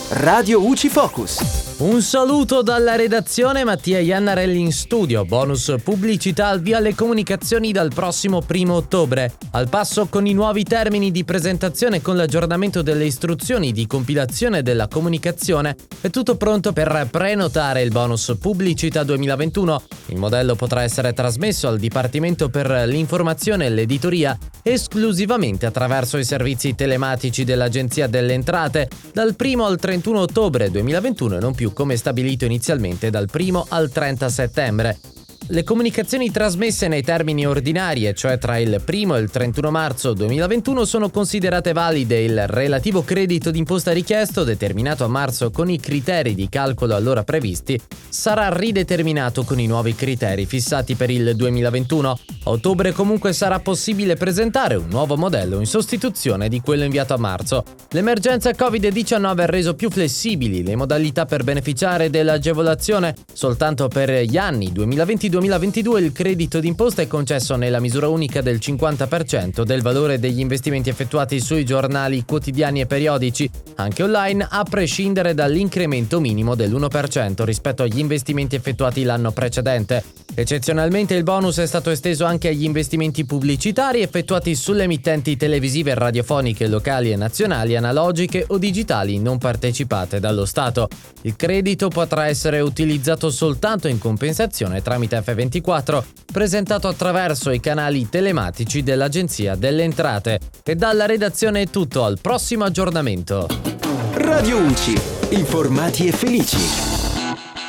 Radio UCI Focus. Un saluto dalla redazione, Mattia Iannarelli in studio. Bonus pubblicità al via alle comunicazioni dal prossimo 1 ottobre. Al passo con i nuovi termini di presentazione con l'aggiornamento delle istruzioni di compilazione della comunicazione, è tutto pronto per prenotare il bonus pubblicità 2021. Il modello potrà essere trasmesso al Dipartimento per l'informazione e l'editoria esclusivamente attraverso i servizi telematici dell'Agenzia delle Entrate dal 1 al 31 ottobre 2021 e non più come stabilito inizialmente dal 1 al 30 settembre. Le comunicazioni trasmesse nei termini ordinari, e cioè tra il 1 e il 31 marzo 2021, sono considerate valide. Il relativo credito d'imposta richiesto, determinato a marzo con i criteri di calcolo allora previsti, sarà rideterminato con i nuovi criteri fissati per il 2021. A ottobre comunque sarà possibile presentare un nuovo modello in sostituzione di quello inviato a marzo. L'emergenza Covid-19 ha reso più flessibili le modalità per beneficiare dell'agevolazione. Soltanto per gli anni 2020-2022 il credito d'imposta è concesso nella misura unica del 50% del valore degli investimenti effettuati sui giornali quotidiani e periodici, anche online, a prescindere dall'incremento minimo dell'1% rispetto agli investimenti effettuati l'anno precedente. Eccezionalmente il bonus è stato esteso anche agli investimenti pubblicitari effettuati sulle emittenti televisive e radiofoniche locali e nazionali, analogiche o digitali non partecipate dallo Stato. Il credito potrà essere utilizzato soltanto in compensazione tramite F24, presentato attraverso i canali telematici dell'Agenzia delle Entrate. E dalla redazione è tutto, al prossimo aggiornamento. Radio UCI. Informati e felici.